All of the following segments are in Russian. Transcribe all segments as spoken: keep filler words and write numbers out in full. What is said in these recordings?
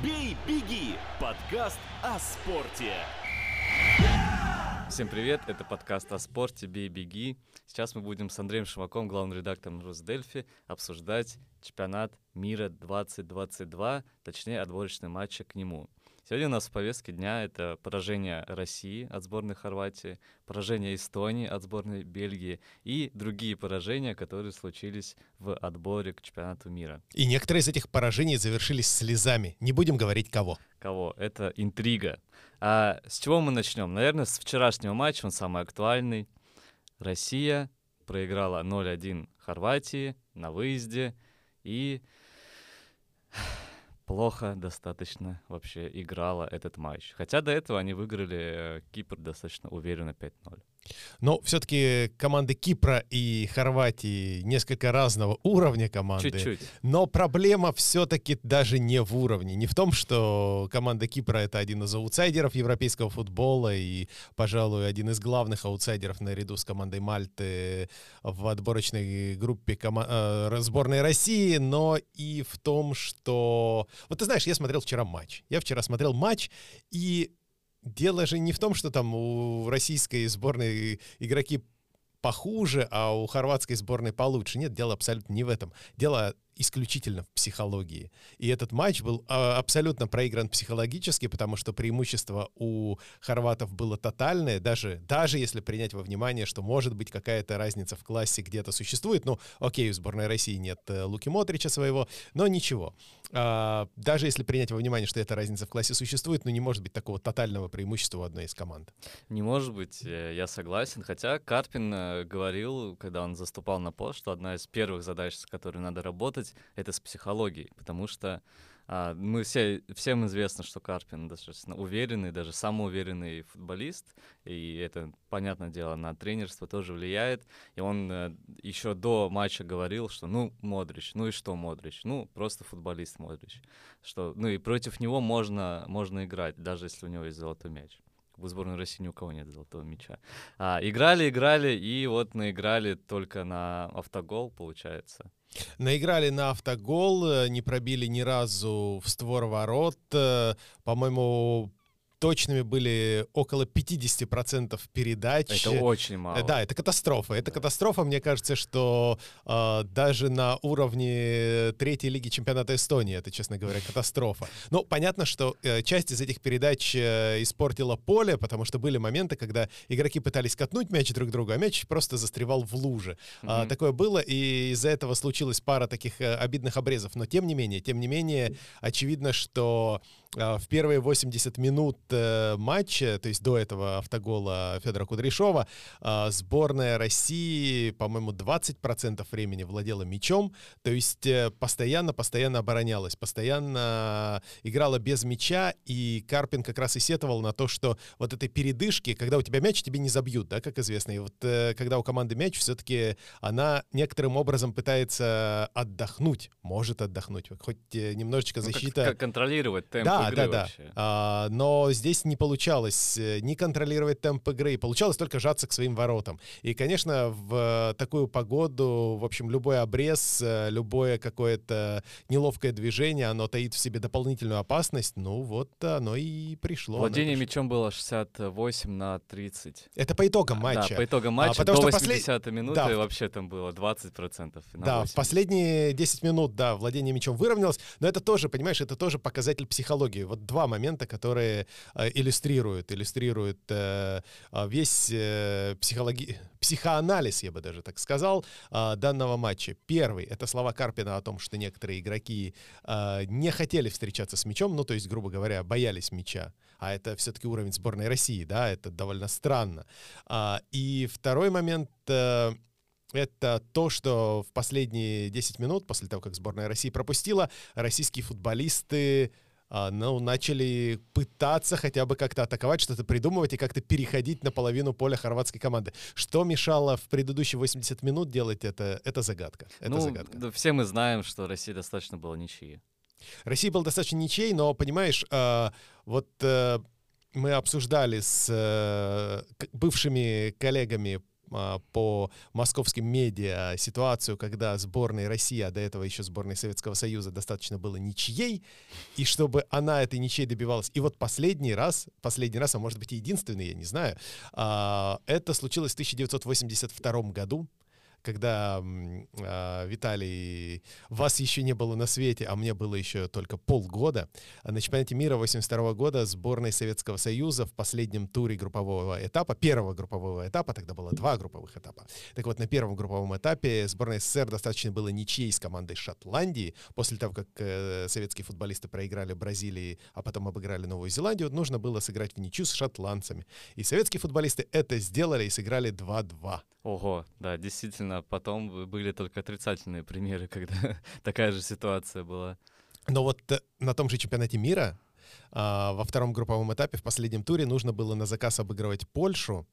«Бей, беги» – подкаст о спорте. Всем привет, это подкаст о спорте «Бей, беги». Сейчас мы будем с Андреем Шимаком, главным редактором Русдельфи, обсуждать чемпионат мира двадцать двадцать два, точнее отборочные матчи к нему. Сегодня у нас в повестке дня это поражение России от сборной Хорватии, поражение Эстонии от сборной Бельгии и другие поражения, которые случились в отборе к чемпионату мира. И некоторые из этих поражений завершились слезами. Не будем говорить кого. Кого? Это интрига. А с чего мы начнем? Наверное, с вчерашнего матча, он самый актуальный. Россия проиграла ноль один Хорватии на выезде и плохо достаточно вообще играла этот матч. Хотя до этого они выиграли Кипр достаточно уверенно пять ноль. Но все-таки команды Кипра и Хорватии несколько разного уровня команды. Чуть-чуть. Но проблема все-таки даже не в уровне. Не в том, что команда Кипра — это один из аутсайдеров европейского футбола и, пожалуй, один из главных аутсайдеров наряду с командой Мальты в отборочной группе кома- э, сборной России, но и в том, что... Вот ты знаешь, я смотрел вчера матч. Я вчера смотрел матч, и дело же не в том, что там у российской сборной игроки похуже, а у хорватской сборной получше. Нет, дело абсолютно не в этом. Дело исключительно в психологии. И этот матч был а, абсолютно проигран психологически, потому что преимущество у хорватов было тотальное, даже, даже если принять во внимание, что, может быть, какая-то разница в классе где-то существует. Ну, окей, у сборной России нет э, Луки Модрича своего, но ничего. А, даже если принять во внимание, что эта разница в классе существует, ну, не может быть такого тотального преимущества у одной из команд. Не может быть, я согласен. Хотя Карпин говорил, когда он заступал на пост, что одна из первых задач, с которой надо работать, это с психологией, потому что а, мы все, всем известно, что Карпин достаточно уверенный, даже самоуверенный футболист, и это, понятное дело, на тренерство тоже влияет, и он а, еще до матча говорил, что ну, Модрич, ну и что Модрич, ну, просто футболист Модрич, что, ну и против него можно, можно играть, даже если у него есть золотой мяч. В сборной России ни у кого нет золотого мяча. А, играли, играли, и вот наиграли только на автогол, получается. Наиграли на автогол, не пробили ни разу в створ ворот. По-моему, точными были около пятьдесят процентов передач. Это очень мало. Да, это катастрофа. Это да. катастрофа. Мне кажется, что э, даже на уровне третьей лиги чемпионата Эстонии это, честно говоря, катастрофа. Ну, понятно, что э, часть из этих передач э, испортила поле, потому что были моменты, когда игроки пытались катнуть мяч друг к другу, а мяч просто застревал в луже. Mm-hmm. Э, такое было, и из-за этого случилась пара таких э, обидных обрезов. Но тем не менее, тем не менее, очевидно, что э, в первые восемьдесят минут матча, то есть до этого автогола Федора Кудряшова, сборная России, по-моему, двадцать процентов времени владела мячом, то есть постоянно-постоянно оборонялась, постоянно играла без мяча, и Карпин как раз и сетовал на то, что вот этой передышки, когда у тебя мяч, тебе не забьют, да, как известно, и вот когда у команды мяч, все-таки она некоторым образом пытается отдохнуть, может отдохнуть, хоть немножечко защита... Ну, как, как контролировать темп да, игры да, да. вообще. А, но здесь не получалось ни контролировать темп игры, получалось только жаться к своим воротам. И, конечно, в такую погоду, в общем, любой обрез, любое какое-то неловкое движение, оно таит в себе дополнительную опасность. Ну вот оно и пришло. Владение мячом было шестьдесят восемь на тридцать. Это по итогам матча. Да, по итогам матча. А, до что восьмидесятой послед... минуты да. вообще там было двадцать процентов. Да, восемьдесят. в последние десять минут, да, владение мячом выровнялось. Но это тоже, понимаешь, это тоже показатель психологии. Вот два момента, которые э, иллюстрируют, иллюстрируют э, весь э, психологи... психоанализ, я бы даже так сказал, э, данного матча. Первый — это слова Карпина о том, что некоторые игроки э, не хотели встречаться с мячом, ну, то есть, грубо говоря, боялись мяча. А это все-таки уровень сборной России, да, это довольно странно. А, и второй момент э, — это то, что в последние десять минут, после того, как сборная России пропустила, российские футболисты ну, начали пытаться хотя бы как-то атаковать, что-то придумывать и как-то переходить на половину поля хорватской команды. Что мешало в предыдущие восемьдесят минут делать это, это загадка. Это ну, загадка. Да, все мы знаем, что России достаточно было ничьи. России был достаточно ничей, но, понимаешь, э, вот э, мы обсуждали с э, бывшими коллегами а, по московским медиа ситуацию, когда сборной России, а до этого еще сборной Советского Союза достаточно было ничьей, и чтобы она этой ничьей добивалась. И вот последний раз, последний раз, а может быть и единственный, я не знаю, а, это случилось в тысяча девятьсот восемьдесят втором году, когда э, Виталий, вас еще не было на свете, а мне было еще только полгода. На чемпионате мира восемьдесят второго года сборной Советского Союза в последнем туре группового этапа, первого группового этапа, тогда было два групповых этапа. Так вот, на первом групповом этапе сборной СССР достаточно было ничьей с командой Шотландии. После того, как э, советские футболисты проиграли Бразилии, а потом обыграли Новую Зеландию, нужно было сыграть в ничью с шотландцами. И советские футболисты это сделали и сыграли два-два. Ого, да, действительно, потом были только отрицательные примеры, когда такая же ситуация была. Но вот на том же чемпионате мира а, во втором групповом этапе в последнем туре нужно было на заказ обыгрывать Польшу,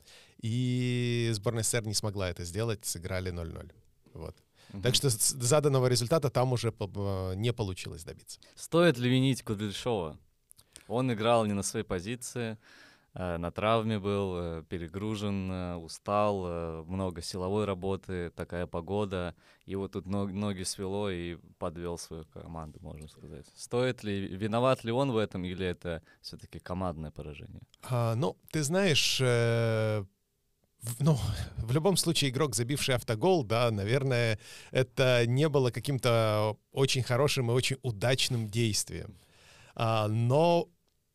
и сборная СССР не смогла это сделать, сыграли ноль-ноль. Вот. Угу. Так что заданного результата там уже не получилось добиться. Стоит ли винить Кудряшова? Он играл не на своей позиции, на травме был, перегружен, устал, много силовой работы, такая погода. И вот тут ноги свело и подвел свою команду, можно сказать. Стоит ли, виноват ли он в этом, или это все-таки командное поражение? А, ну, ты знаешь, э, в, ну, в любом случае игрок, забивший автогол, да, наверное, это не было каким-то очень хорошим и очень удачным действием. А, но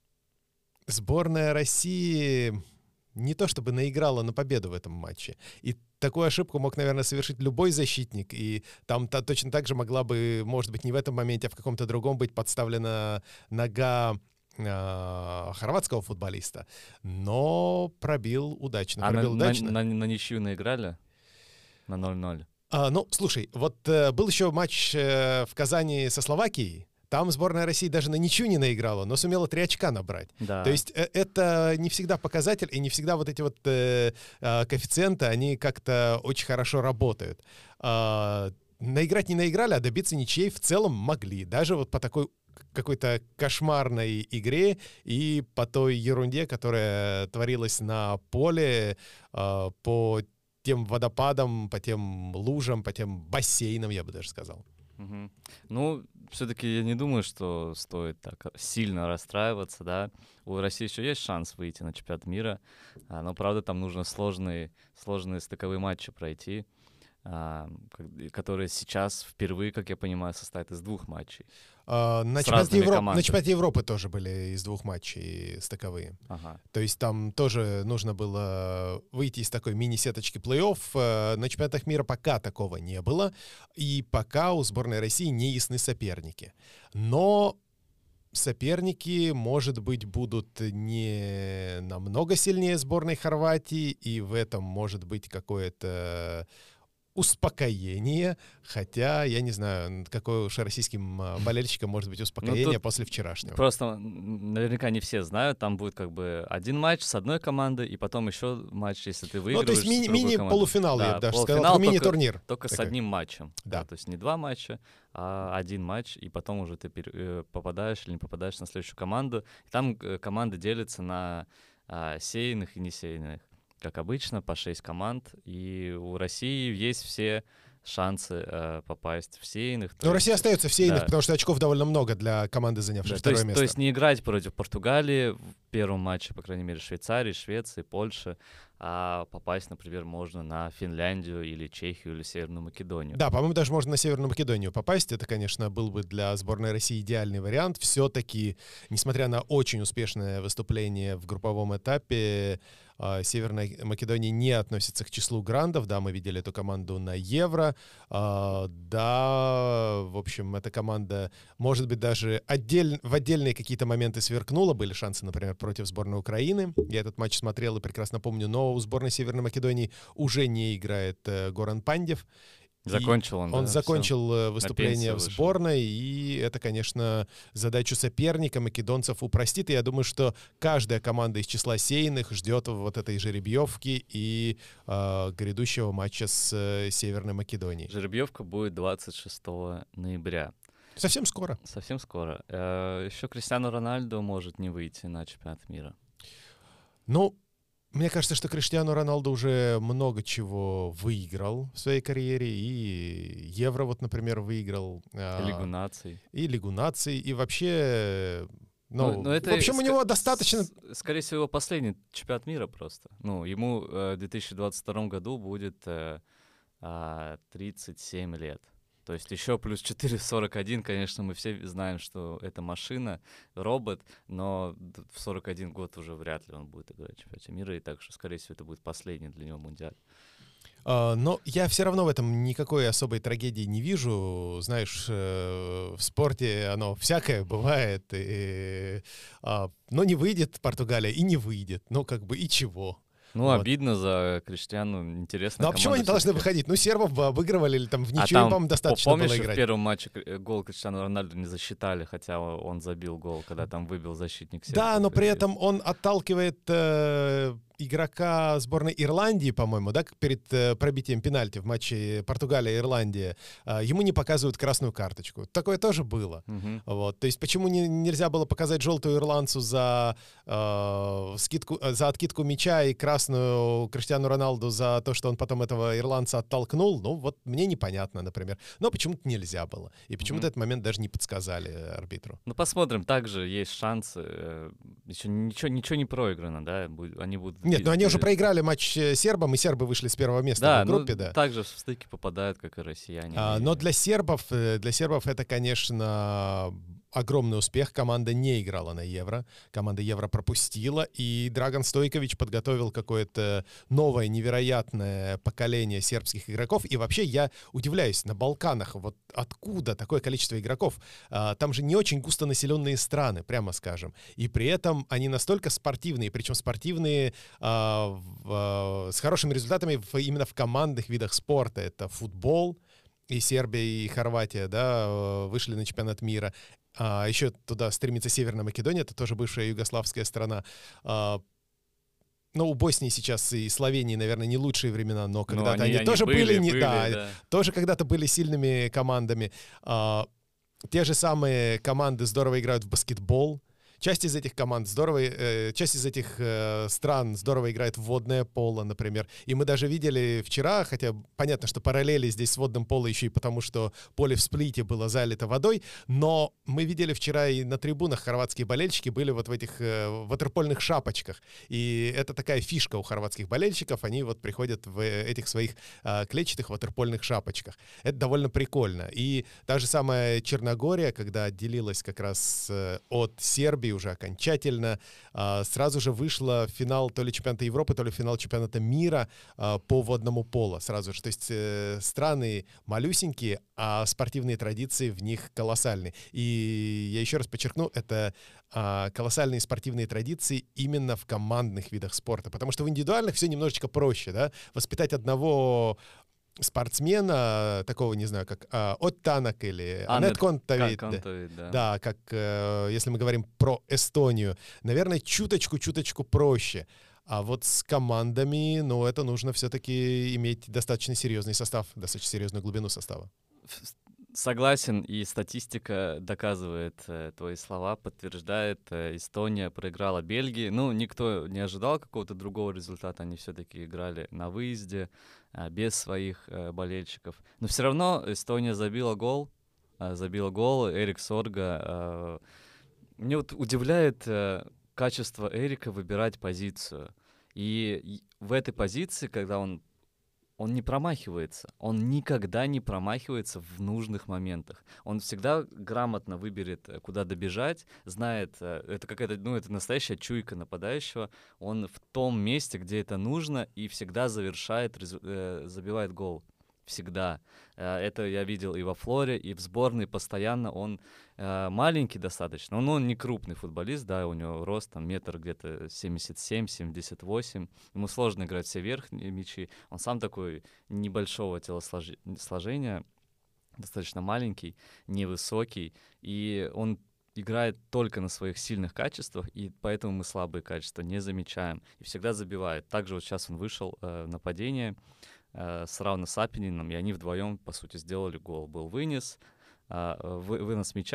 сборная России не то чтобы наиграла на победу в этом матче. И такую ошибку мог, наверное, совершить любой защитник. И там та, точно так же могла бы, может быть, не в этом моменте, а в каком-то другом быть подставлена нога э, хорватского футболиста. Но пробил удачно. А пробил на, удачно. На, на, на ничью наиграли? На ноль-ноль? А, ну, слушай, вот э, был еще матч э, в Казани со Словакией. Там сборная России даже на ничью не наиграла, но сумела три очка набрать. Да. То есть э, это не всегда показатель, и не всегда вот эти вот э, э, коэффициенты, они как-то очень хорошо работают. Э, наиграть не наиграли, а добиться ничьей в целом могли. Даже вот по такой какой-то кошмарной игре и по той ерунде, которая творилась на поле, э, по тем водопадам, по тем лужам, по тем бассейнам, я бы даже сказал. Угу. Ну, все-таки я не думаю, что стоит так сильно расстраиваться, да. У России еще есть шанс выйти на чемпионат мира, но, правда, там нужно сложные, сложные стыковые матчи пройти, которые сейчас впервые, как я понимаю, состоят из двух матчей. А, на, чемпионате Европ... на чемпионате Европы тоже были из двух матчей стыковые. Ага. То есть там тоже нужно было выйти из такой мини-сеточки плей-офф. На чемпионатах мира пока такого не было. И пока у сборной России не ясны соперники. Но соперники, может быть, будут не намного сильнее сборной Хорватии. И в этом может быть какое-то успокоение, хотя, я не знаю, какое уж российским болельщикам может быть успокоение ну, после вчерашнего. Просто наверняка не все знают, там будет как бы один матч с одной командой, и потом еще матч, если ты выигрываешь. Ну, то есть ми- мини-полуфинал, да, я бы даже сказал, мини-турнир. Только, только с одним матчем. Да. Да, то есть не два матча, а один матч, и потом уже ты попадаешь или не попадаешь на следующую команду. И там команды делятся на а, сеянных и несеянных. Как обычно, по шесть команд, и у России есть все шансы э, попасть в сеянных. Но Россия остается в сеянных, да. Потому что очков довольно много для команды, занявшей да, второе то есть, место. То есть не играть против Португалии в первом матче, по крайней мере, Швейцарии, Швеции, Польши, а попасть, например, можно на Финляндию или Чехию или Северную Македонию. Да, по-моему, даже можно на Северную Македонию попасть. Это, конечно, был бы для сборной России идеальный вариант. Все-таки, несмотря на очень успешное выступление в групповом этапе, Северная Македония не относится к числу грандов. Да, мы видели эту команду на Евро. Да, в общем, эта команда, может быть, даже отдель... в отдельные какие-то моменты сверкнула. Были шансы, например, против сборной Украины. Я этот матч смотрел и прекрасно помню. Но у сборной Северной Македонии уже не играет Горан Пандев. Закончил он, Он да, закончил все. Выступление в сборной, и это, конечно, задачу соперника македонцев упростит. И я думаю, что каждая команда из числа сеянных ждет вот этой жеребьевки и э, грядущего матча с э, Северной Македонией. Жеребьевка будет двадцать шестого ноября. Совсем скоро. Совсем скоро. Э, еще Криштиану Рональду может не выйти на чемпионат мира. Ну, Мне кажется, что Криштиану Роналду уже много чего выиграл в своей карьере. И Евро, вот, например, выиграл. Лигу наций. И Лигу наций. И вообще... Ну, ну, но это, в общем, у ск- него достаточно... с- скорее всего, его последний чемпионат мира просто. Ну, ему э, в две тысячи двадцать втором году будет э, э, тридцать семь лет. То есть еще плюс четыре, сорок один, конечно, мы все знаем, что это машина, робот, но в сорок один год уже вряд ли он будет играть в чемпионате мира, и так что, скорее всего, это будет последний для него мундиаль. Uh, но я все равно в этом никакой особой трагедии не вижу. Знаешь, э, в спорте оно всякое бывает. И, э, но не выйдет Португалия и не выйдет. Ну, как бы, и чего? Ну, вот. Обидно за Криштиану, интересно. Ну, а почему они должны выходить? Ну, сербов бы обыгрывали, или там в ничью, а там, по-моему, достаточно помнишь, было играть. в первом матче гол Криштиану Роналду не засчитали, хотя он забил гол, когда там выбил защитник сербов. Да, но при этом он отталкивает э, игрока сборной Ирландии, по-моему, да, перед э, пробитием пенальти в матче Португалия-Ирландия. Э, ему не показывают красную карточку. Такое тоже было. Угу. Вот. То есть почему не, нельзя было показать желтую ирландцу за, э, скидку, за откидку мяча и красную Криштиану Роналду за то, что он потом этого ирландца оттолкнул? Ну, вот мне непонятно, например. Но почему-то нельзя было. И почему-то Угу. этот момент даже не подсказали арбитру. Ну, посмотрим. Также есть шансы. Еще ничего, ничего не проиграно, да? Они будут... Нет, но они уже проиграли матч сербам, и сербы вышли с первого места да, в группе, ну, да. также в стыки попадают, как и россияне. А, но для сербов, для сербов это, конечно, огромный успех. Команда не играла на Евро. Команда Евро пропустила, и Драган Стойкович подготовил какое-то новое, невероятное поколение сербских игроков. И вообще я удивляюсь, на Балканах вот откуда такое количество игроков? А, там же не очень густонаселенные страны, прямо скажем. И при этом они настолько спортивные, причем спортивные а, в, а, с хорошими результатами в, именно в командных видах спорта. Это футбол, и Сербия, и Хорватия, да, вышли на чемпионат мира. А еще туда стремится Северная Македония, это тоже бывшая югославская страна. А, ну, у Боснии сейчас и Словении, наверное, не лучшие времена, но когда-то но они, они, они тоже были, были, не, были да, да. тоже когда-то были сильными командами. А, те же самые команды здорово играют в баскетбол. Часть из этих команд здорово, э, часть из этих э, стран здорово играет в водное поло, например. И мы даже видели вчера, хотя понятно, что параллели здесь с водным поло еще и потому, что поле в Сплите было залито водой, но мы видели вчера и на трибунах хорватские болельщики были вот в этих э, ватерпольных шапочках. И это такая фишка у хорватских болельщиков, они вот приходят в этих своих э, клетчатых ватерпольных шапочках. Это довольно прикольно. И та же самая Черногория, когда отделилась как раз э, от Сербии, уже окончательно, сразу же вышла в финал то ли чемпионата Европы, то ли финал чемпионата мира по водному поло сразу же. То есть страны малюсенькие, а спортивные традиции в них колоссальные. И я еще раз подчеркну, это колоссальные спортивные традиции именно в командных видах спорта, потому что в индивидуальных все немножечко проще, да, воспитать одного спортсмена, такого, не знаю, как а, Оттанак или Анет Контавейт. Да. да, как э, если мы говорим про Эстонию, наверное, чуточку-чуточку проще. А вот с командами, ну, это нужно все-таки иметь достаточно серьезный состав, достаточно серьезную глубину состава. Согласен, и статистика доказывает э, твои слова, подтверждает. Э, Эстония проиграла Бельгии. Ну, никто не ожидал какого-то другого результата. Они все-таки играли на выезде, э, без своих э, болельщиков. Но все равно Эстония забила гол. Э, забила гол. Эрик Сорга. Э, мне вот удивляет э, качество Эрика выбирать позицию. И, и в этой позиции, когда он Он не промахивается. Он никогда не промахивается в нужных моментах. Он всегда грамотно выберет, куда добежать, знает, это какая-то, ну, это настоящая чуйка нападающего. Он в том месте, где это нужно, и всегда завершает, забивает гол. Всегда. Это я видел и во Флоре, и в сборной постоянно. Он маленький достаточно, но он не крупный футболист, да, у него рост там метр где-то семьдесят семь — семьдесят восемь. Ему сложно играть все верхние мячи. Он сам такой небольшого телосложения, достаточно маленький, невысокий, и он играет только на своих сильных качествах, и поэтому мы слабые качества не замечаем. И всегда забивает. Также вот сейчас он вышел э, в нападение э, с Рауно Сапининым, и они вдвоем, по сути, сделали гол. Был вынес, э, вы, вынос мяча,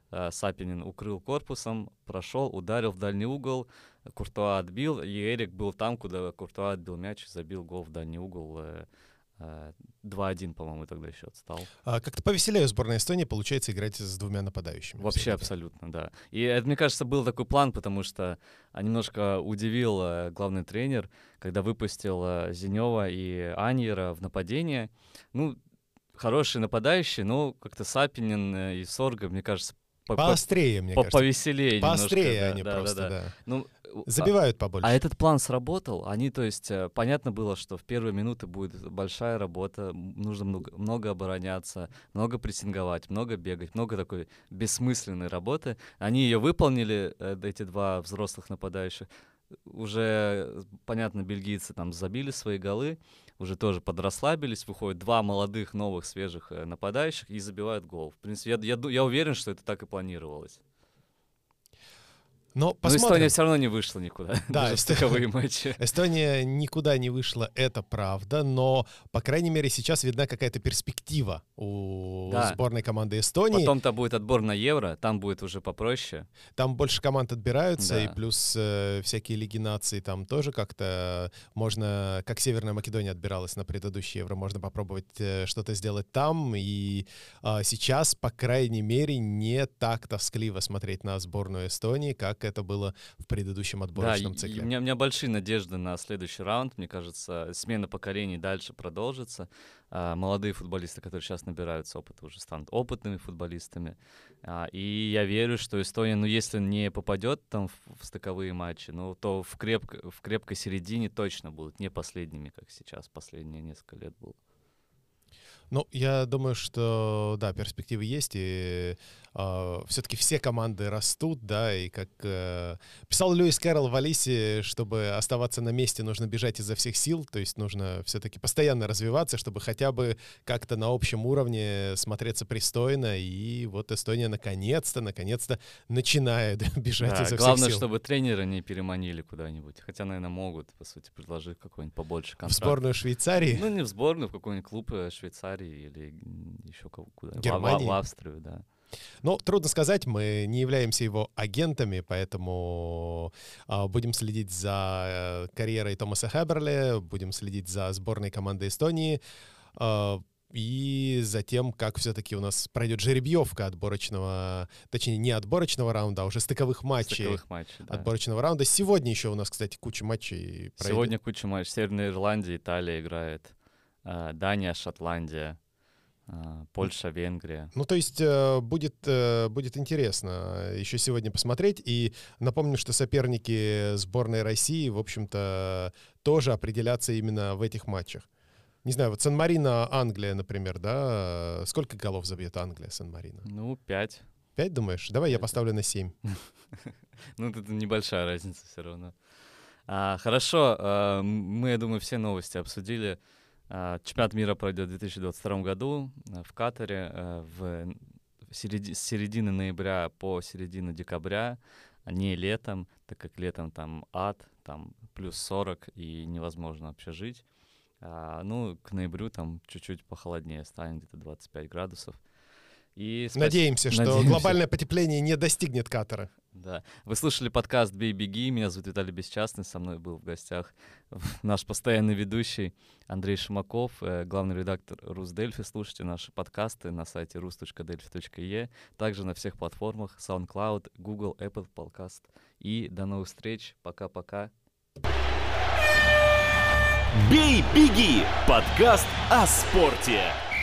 э, Сапинин укрыл корпусом, прошел, ударил в дальний угол, Куртуа отбил, и Эрик был там, куда Куртуа отбил мяч и забил гол в дальний угол. Э, э, два один, по-моему, тогда счет стал. А, как-то повеселее у сборной Эстонии получается играть с двумя нападающими. Вообще все-таки. абсолютно, да. И это, мне кажется, был такой план, потому что немножко удивил э, главный тренер, когда выпустил э, Зинева и Аньера в нападение. Ну, хорошие нападающие, но как-то Сапинин э, и Сорга, мне кажется, по- Поострее, мне по- кажется. повеселее Поострее немножко. они да, просто, да, да. да. Ну, Забивают побольше. А этот план сработал. Они, то есть, э, понятно было, что в первые минуты будет большая работа, м, нужно много, много обороняться, много прессинговать, много бегать, много такой бессмысленной работы. Они ее выполнили, э, эти два взрослых нападающих. Уже, понятно, бельгийцы там забили свои голы, уже тоже подрасслабились, выходят два молодых, новых, свежих э, нападающих и забивают гол. В принципе, я, я, ду- я уверен, что это так и планировалось. Но Но посмотрим. Эстония все равно не вышла никуда, Да, даже в Эст- стыковые матчи. Эстония никуда не вышла, это правда, но, по крайней мере, сейчас видна какая-то перспектива у Да. сборной команды Эстонии. Потом-то будет отбор на Евро, там будет уже попроще. Там больше команд отбираются, Да. и плюс э, всякие лиги наций там тоже как-то можно, как Северная Македония отбиралась на предыдущий Евро, можно попробовать э, что-то сделать там. И э, сейчас, по крайней мере, не так тоскливо смотреть на сборную Эстонии, как это было в предыдущем отборочном да, и- цикле. и у меня, у меня большие надежды на следующий раунд. Мне кажется, смена поколений дальше продолжится. А, молодые футболисты, которые сейчас набираются опыта, уже станут опытными футболистами. А, и я верю, что Эстония, ну, если не попадет там в, в стыковые матчи, ну, то в, крепко, в крепкой середине точно будут, не последними, как сейчас, последние несколько лет был. Ну, я думаю, что, да, перспективы есть, и э, все-таки все команды растут, да, и как э, писал Льюис Кэрролл в Алисе, чтобы оставаться на месте, нужно бежать изо всех сил, то есть нужно все-таки постоянно развиваться, чтобы хотя бы как-то на общем уровне смотреться пристойно, и вот Эстония наконец-то, наконец-то начинает бежать Да, изо всех главное, сил. чтобы тренеры не переманили куда-нибудь. Хотя, наверное, могут, по сути, предложить какой-нибудь побольше В контракт. сборную Швейцарии. Ну, не в сборную, в какой-нибудь клуб э, Швейцарии или м, еще куда в, Германии. в Австрию, да. Ну, трудно сказать, мы не являемся его агентами, поэтому а, будем следить за э, карьерой Томаса Хеберли, будем следить за сборной команды Эстонии а, и за тем, как все-таки у нас пройдет жеребьевка отборочного, точнее, не отборочного раунда, а уже стыковых матчей. Стыковых матчей, да. Отборочного раунда. Сегодня еще у нас, кстати, куча матчей пройдет. Сегодня куча матчей. Северная Ирландия, Италия играет, э, Дания, Шотландия, э, Польша, Венгрия. Ну, то есть э, будет, э, будет интересно еще сегодня посмотреть. И напомню, что соперники сборной России, в общем-то, тоже определятся именно в этих матчах. Не знаю, вот Сан-Марино, Англия, например, да? Сколько голов забьет Англия, Сан-Марино? Ну, пять. Пять, думаешь? Давай я Пять, да. поставлю на семь. Ну, это небольшая разница все равно. А, хорошо, а, мы, я думаю, все новости обсудили. А, чемпионат мира пройдет в две тысячи двадцать втором году а, в Катаре а, в середи- с середины ноября по середину декабря, а не летом, так как летом там ад, там плюс сорок и невозможно вообще жить. А, ну, к ноябрю там чуть-чуть похолоднее станет, где-то двадцать пять градусов. И спас- Надеемся, что Надеемся. глобальное потепление не достигнет Катара. Да. Вы слушали подкаст «Бей, беги». Меня зовут Виталий Бесчастный. Со мной был в гостях наш постоянный ведущий Андрей Шимаков, э, главный редактор Русдельфи. Слушайте наши подкасты на сайте рус точка дельфи точка и и, также на всех платформах SoundCloud, Google, Apple Podcast. И до новых встреч. Пока-пока. «Бей, беги» — подкаст о спорте.